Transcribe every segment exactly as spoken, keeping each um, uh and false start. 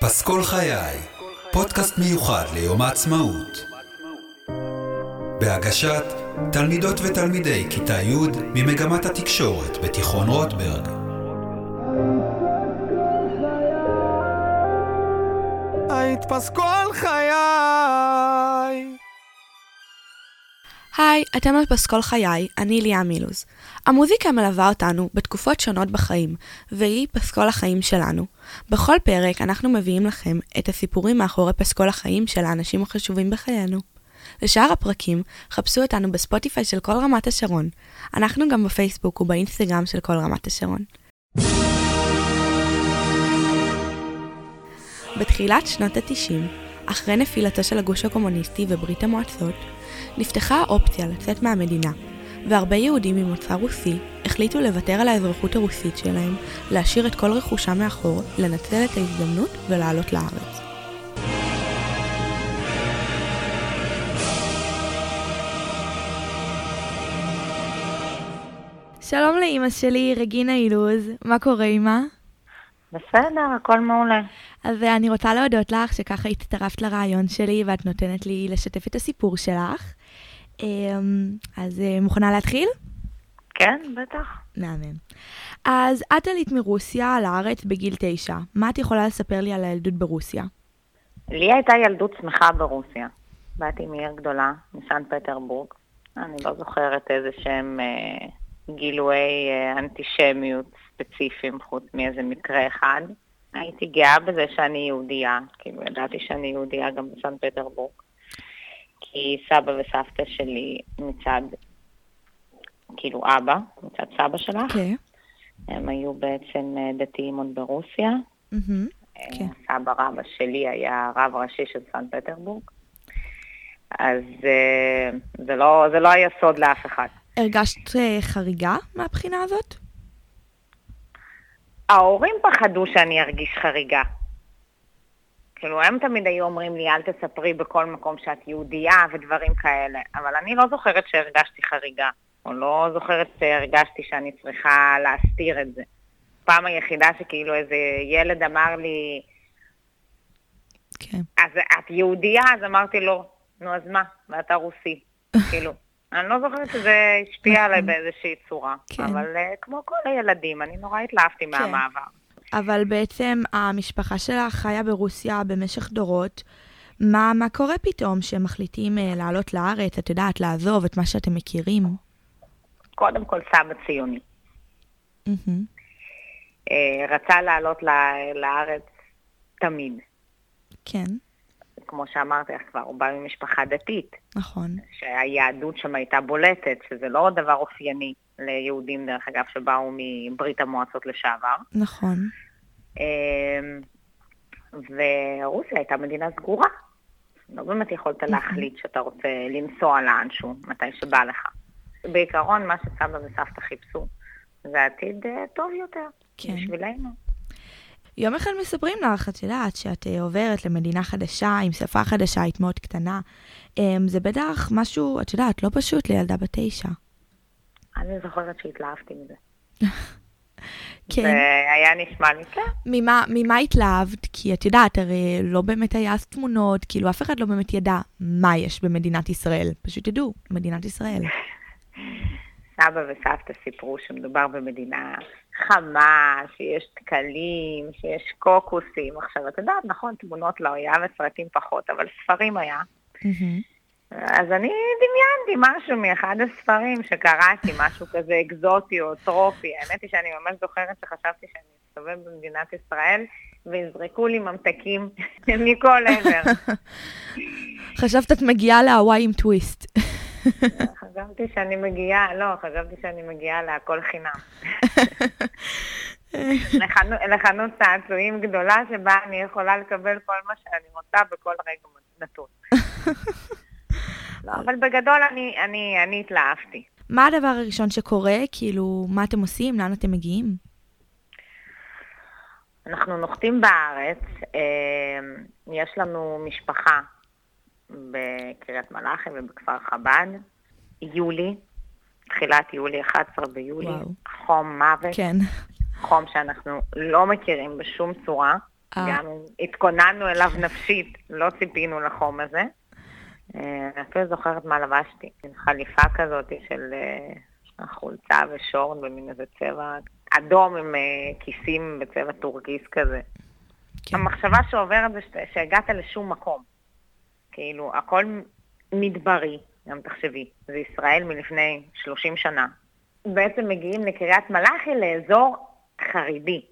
פסקול חיי, פודקאסט מיוחד ליום העצמאות. בהגשת תלמידות ותלמידי כיתה י' ממגמת התקשורת בתיכון רוטברג. היית פסקול חיי. היי, אתם על פסקול חיי, אני ליה מילוז. המוזיקה מלווה אותנו בתקופות שונות בחיים, והיא פסקול החיים שלנו. בכל פרק אנחנו מביאים לכם את הסיפורים מאחורי פסקול החיים של האנשים החשובים בחיינו. לשאר הפרקים, חפשו אותנו בספוטיפיי של כל רמת השרון. אנחנו גם בפייסבוק ובאינסטגרם של כל רמת השרון. בתחילת שנות ה-תשעים, אחרי נפילתו של הגוש הקומוניסטי וברית המועצות, נפתחה האופציה לצאת מהמדינה, והרבה יהודים ממוצא רוסי החליטו לוותר על האזרחות הרוסית שלהם, להשאיר את כל רכושם מאחור, לנצל את ההזדמנות ולעלות לארץ. שלום לאמא שלי, רגינה אילוז, מה קורה אמא? בסדר, הכל מעולה. אז אני רוצה להודות לך שככה הצטרפת לרעיון שלי ואת נותנת לי לשתף את הסיפור שלך. אז מוכנה להתחיל? כן, בטח. נאמן. אז את עלית מרוסיה לארץ בגיל תשע. מה את יכולה לספר לי על הילדות ברוסיה? לי הייתה ילדות שמחה ברוסיה. באתי מעיר גדולה, מסן פטרבורג. אני לא זוכרת איזה שהם אה, גילויי אה, אנטישמיות ספציפיים חוץ מאיזה מקרה אחד. הייתי גאה בזה שאני יהודייה, כאילו ידעתי שאני יהודייה גם בסן פטרבורג. כי סבא וסבתא שלי מצד, כאילו אבא, מצד סבא שלך, כן. הם היו בעצם דתיים עוד ברוסיה. כן. סבא רבא שלי היה רב ראשי של סן פטרבורג. אז זה לא, זה לא היה סוד לאף אחד. הרגשת חריגה מהבחינה הזאת? ההורים פחדו שאני ארגיש חריגה. כאילו, הם תמיד היו אומרים לי, אל תספרי בכל מקום שאת יהודייה ודברים כאלה. אבל אני לא זוכרת שהרגשתי חריגה, או לא זוכרת שהרגשתי שאני צריכה להסתיר את זה. פעם היחידה שכאילו איזה ילד אמר לי, כן. אז את יהודייה? אז אמרתי לו, נו אז מה? ואתה רוסי. כאילו, אני לא זוכרת שזה השפיע עליי באיזושהי צורה. כן. אבל כמו כל הילדים, אני נורא התלהבתי מהמעבר. אבל בעצם המשפחה שלך חיה ברוסיה במשך דורות. מה, מה קורה פתאום שהם מחליטים uh, לעלות לארץ, את יודעת, לעזוב את מה שאתם מכירים? קודם כל סבא ציוני. Mm-hmm. Uh, רצה לעלות לארץ תמיד. כן. כמו שאמרתי לך כבר, הוא בא ממשפחה דתית. נכון. שהיהדות שם הייתה בולטת, שזה לא דבר אופייני ליהודים, דרך אגב, שבאו מברית המועצות לשעבר. נכון. ורוסיה הייתה מדינה סגורה. לא באמת יכולת להחליט שאתה רוצה לנסוע לאנשהו, מתי שבא לך. בעיקרון, מה שסבא וסבתא חיפשו, זה עתיד טוב יותר, כן. בשבילנו. יום אחד מספרים לך, את יודעת, שאת עוברת למדינה חדשה, עם שפה חדשה, היית מאוד קטנה. זה בטח משהו, את יודעת, לא פשוט לילדה בתשע. אני זוכרת שהתלהבתי מזה. כן. זה היה נשמע לי, כן. ממה, ממה התלהבת? כי את יודעת, הרי לא באמת היה תמונות, כאילו אף אחד לא באמת ידע מה יש במדינת ישראל. פשוט ידעו, מדינת ישראל. סבא וסבתא סיפרו שמדובר במדינה חמה, שיש תקלים, שיש קוקוסים. עכשיו, את יודעת, נכון, תמונות לא היה וסרטים פחות, אבל ספרים היה. אז אני דמיינתי משהו מאחד הספרים שקראתי, משהו כזה אקזוטי או טרופי. האמת היא שאני ממש זוכרת שחשבתי שאני אסתובב במדינת ישראל, ויזרקו לי ממתקים מכל עבר. חשבת את מגיעה להוואי עם טוויסט. חשבתי שאני מגיעה, לא, חשבתי שאני מגיעה להכל חינם. לחנות צעצועים גדולה שבה אני יכולה לקבל כל מה שאני רוצה בכל רגע נתון. לא, אבל בגדול אני, אני, אני התלהבתי. מה הדבר הראשון שקורה? כאילו, מה אתם עושים? לאן אתם מגיעים? אנחנו נוחתים בארץ. יש לנו משפחה בקריית מלאכי ובכפר חב"ד. יולי, תחילת יולי, אחד עשר ביולי. וואו. חום מוות. כן. חום שאנחנו לא מכירים בשום צורה. גם התכוננו אליו נפשית, לא ציפינו לחום הזה. אני אפילו זוכרת מה לבשתי, חליפה כזאת של חולצה ושורט במין איזה צבע אדום עם כיסים בצבע טורקיס כזה. כן. המחשבה שעוברת זה שהגעת לשום מקום. כאילו, הכל מדברי, גם תחשבי, זה ישראל מלפני שלושים שנה. בעצם מגיעים לקריית מלאכי לאזור חרדי.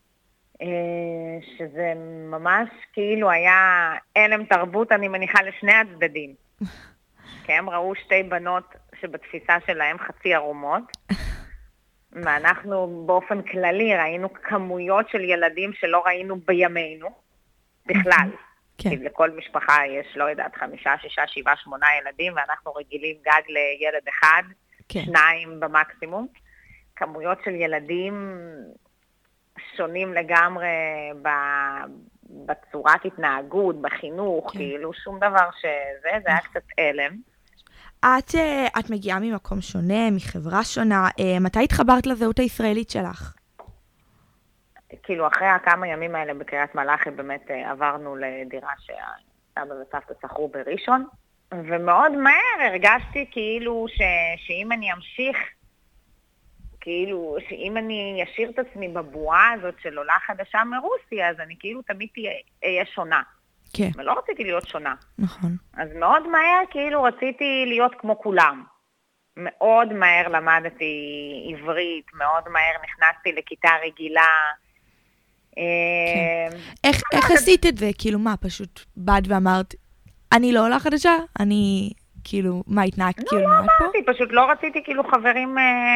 שזה ממש כאילו היה אלם תרבות, אני מניחה, לשני הצדדים. כי הם ראו שתי בנות שבתפיסה שלהם חצי ערומות, ואנחנו באופן כללי ראינו כמויות של ילדים שלא ראינו בימינו בכלל. כי לכל משפחה יש, לא יודעת, חמישה, שישה, שבעה, שמונה ילדים, ואנחנו רגילים גג לילד אחד, שניים במקסימום. כמויות של ילדים שונים לגמרי בצורת התנהגות, בחינוך, כאילו שום דבר שזה, זה היה קצת אלם. את, את מגיעה ממקום שונה, מחברה שונה, מתי התחברת לזהות הישראלית שלך? כאילו אחרי כמה ימים האלה בקריית מלאכי באמת עברנו לדירה שהסבא וסבתא שכרו בראשון, ומאוד מהר הרגשתי כאילו ש, שאם אני אמשיך, כאילו שאם אני אשאיר את עצמי בבועה הזאת של עולה חדשה מרוסיה, אז אני כאילו תמיד אהיה שונה. כן. ולא רציתי להיות שונה. נכון. אז מאוד מהר כאילו רציתי להיות כמו כולם. מאוד מהר למדתי עברית, מאוד מהר נכנסתי לכיתה רגילה. כן. איך, איך עשית את זה? כאילו מה, פשוט באת ואמרת, אני לא עולה חדשה? אני כאילו, מה התנהגת? לא, כאילו, לא אמרתי, פשוט לא רציתי כאילו חברים,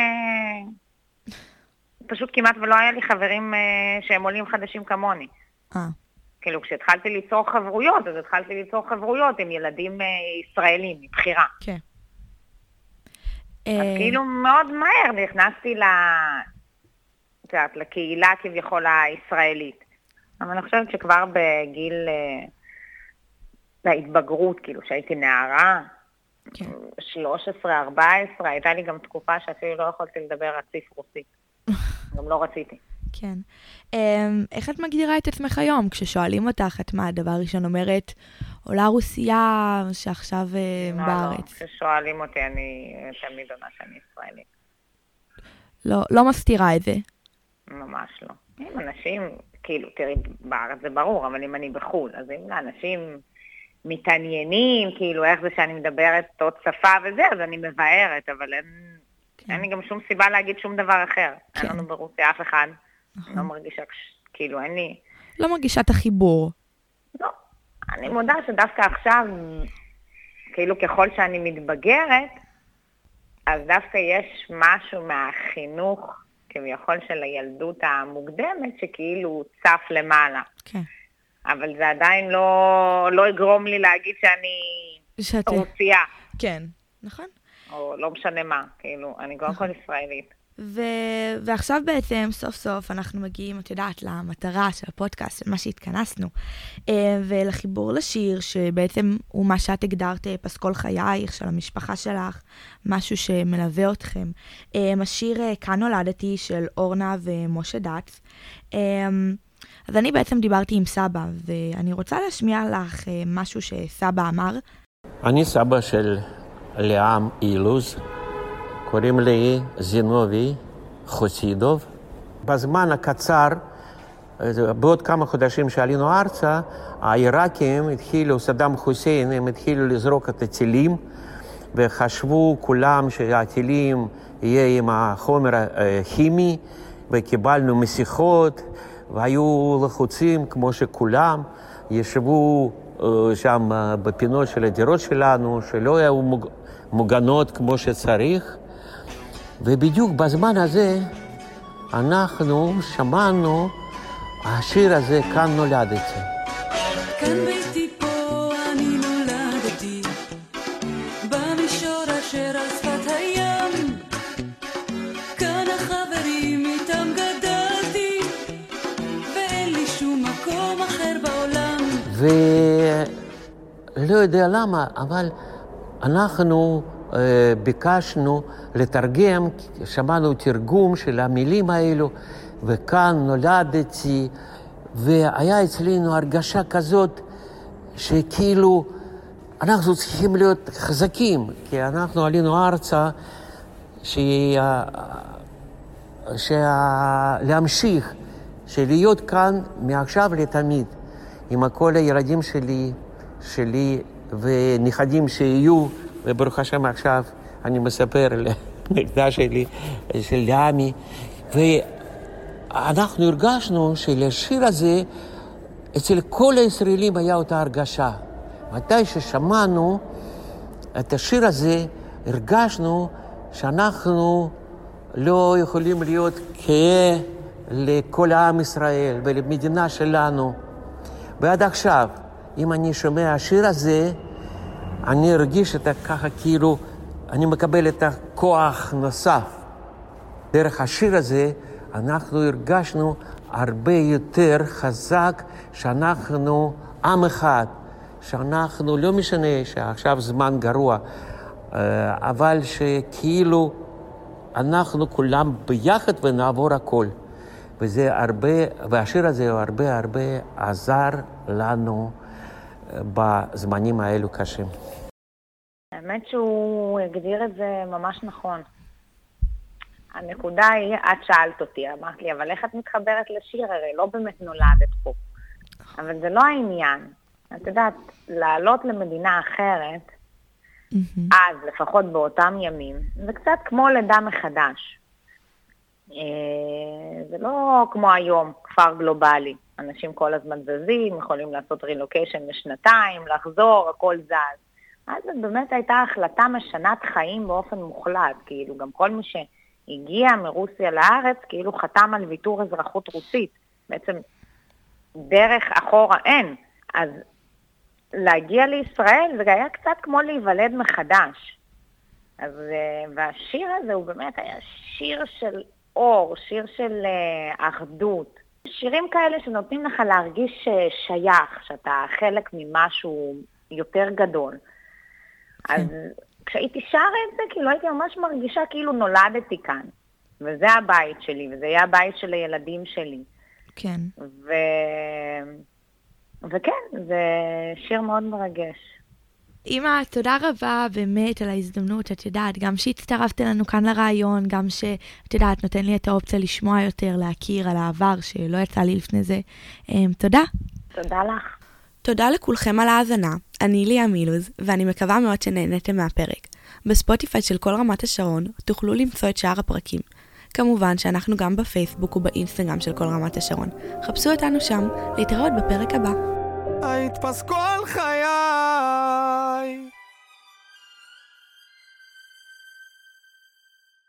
פשוט כמעט ולא היה לי חברים שהם עולים חדשים כמוני. אה. כאילו, כשהתחלתי ליצור חברויות, אז התחלתי ליצור חברויות עם ילדים ישראלים, מבחירה. כן. אז כאילו מאוד מהר נכנסתי לקהילה כביכול הישראלית. אבל אני חושבת שכבר בגיל ההתבגרות, כאילו שהייתי נערה, שלוש עשרה ארבע עשרה, הייתה לי גם תקופה שאפילו לא יכולתי לדבר רציף רוסית. גם לא רציתי. כן. איך את מגדירה את עצמך היום? כששואלים אותך, את מה הדבר ראשון אומרת, עולה רוסיה שעכשיו בארץ? לא, כששואלים אותי, אני תמיד עונה שאני ישראלית. לא, לא מסתירה את זה? ממש לא. אם אנשים, כאילו, תראי, בארץ זה ברור, אבל אם אני בחול, אז אם לאנשים מתעניינים, כאילו, איך זה שאני מדברת עוד שפה וזה, אז אני מבארת, אבל אין, כן. אין לי גם שום סיבה להגיד שום דבר אחר. כן. אין לנו ברוסיה אף אחד. נכון. לא מרגישה, כאילו, אין לי... לא מרגישה את החיבור. לא. אני מודה שדווקא עכשיו, כאילו, ככל שאני מתבגרת, אז דווקא יש משהו מהחינוך, כביכול של הילדות המוקדמת, שכאילו צף למעלה. כן. אבל זה עדיין לא, לא יגרום לי להגיד שאני שאת... רוסיה. כן, נכון. או לא משנה מה, כאילו, אני קודם כל ישראלית. ו... ועכשיו בעצם, סוף סוף, אנחנו מגיעים, את יודעת, למטרה של הפודקאסט, של מה שהתכנסנו, ולחיבור לשיר, שבעצם הוא מה שאת הגדרת פסקול חייך, של המשפחה שלך, משהו שמלווה אתכם. השיר כאן נולדתי של אורנה ומשה דץ. אז אני בעצם דיברתי עם סבא, ואני רוצה להשמיע לך משהו שסבא אמר. אני סבא של ליאם אילוז. קוראים לי זינובי חוסידוב. בזמן הקצר, בעוד כמה חודשים שעלינו ארצה, העיראקים התחילו, סדאם חוסיין, הם התחילו לזרוק את הטילים, וחשבו כולם שהטילים יהיה עם החומר הכימי, וקיבלנו מסיכות, והיו לחוצים כמו שכולם, ישבו שם בפינות של הדירות שלנו, שלא היו מוגנות כמו שצריך, ובדיוק בזמן הזה אנחנו שמענו השיר הזה, כאן נולדתי. כאן ביתי פה אני נולדתי, במישור אשר על שפת הים, כאן החברים איתם גדלתי, ואין לי שום מקום אחר בעולם. ולא יודע למה, אבל אנחנו ביקשנו לתרגם, שמענו תרגום של המילים האלו, וכאן נולדתי, והיה אצלנו הרגשה כזאת שכאילו אנחנו צריכים להיות חזקים, כי אנחנו עלינו ארצה שה... שה... להמשיך, שלהיות כאן מעכשיו לתמיד, עם כל הילדים שלי, שלי ונכדים שיהיו, וברוך השם עכשיו אני מספר לנכדה שלי, של לעמי, ואנחנו הרגשנו שלשיר הזה, אצל כל הישראלים היה אותה הרגשה. מתי ששמענו את השיר הזה, הרגשנו שאנחנו לא יכולים להיות כאה לכל העם ישראל ולמדינה שלנו. ועד עכשיו, אם אני שומע השיר הזה, אני ארגיש את ככה כאילו, אני מקבל את הכוח נוסף. דרך השיר הזה, אנחנו הרגשנו הרבה יותר חזק שאנחנו עם אחד, שאנחנו, לא משנה שעכשיו זמן גרוע, אבל שכאילו אנחנו כולם ביחד ונעבור הכל. וזה הרבה, והשיר הזה הוא הרבה הרבה עזר לנו בזמנים האלו קשים. האמת שהוא הגדיר את זה ממש נכון. הנקודה היא, את שאלת אותי, אמרת לי, אבל איך את מתחברת לשיר? הרי לא באמת נולדת פה. אבל זה לא העניין. את יודעת, לעלות למדינה אחרת, mm-hmm. אז, לפחות באותם ימים, זה קצת כמו לידה מחדש. זה לא כמו היום, כפר גלובלי. אנשים כל הזמן זזים, יכולים לעשות רילוקיישן לשנתיים, לחזור, הכל זז. אז זאת באמת הייתה החלטה משנת חיים באופן מוחלט. כאילו, גם כל מי שהגיע מרוסיה לארץ, כאילו חתם על ויתור אזרחות רוסית. בעצם דרך אחורה אין. אז להגיע לישראל זה היה קצת כמו להיוולד מחדש. אז, והשיר הזה הוא באמת היה שיר של אור, שיר של אחדות. שירים כאלה שנותנים לך להרגיש שייך, שאתה חלק ממשהו יותר גדול. כן. אז כשהייתי שרה את זה, כאילו הייתי ממש מרגישה כאילו נולדתי כאן. וזה הבית שלי, וזה היה הבית של הילדים שלי. כן. ו... וכן, זה שיר מאוד מרגש. אמא, תודה רבה באמת על ההזדמנות, את יודעת, גם שהצטרפת לנו כאן לרעיון, גם שאת יודעת, נותן לי את האופציה לשמוע יותר, להכיר על העבר שלא יצא לי לפני זה. תודה. תודה לך. תודה לכולכם על ההאזנה, אני ליה מילוז, ואני מקווה מאוד שנהנתם מהפרק. בספוטיפיי של כל רמת השרון תוכלו למצוא את שאר הפרקים. כמובן שאנחנו גם בפייסבוק ובאינסטגרם של כל רמת השרון. חפשו אותנו שם, להתראות בפרק הבא. היית פסקול חיי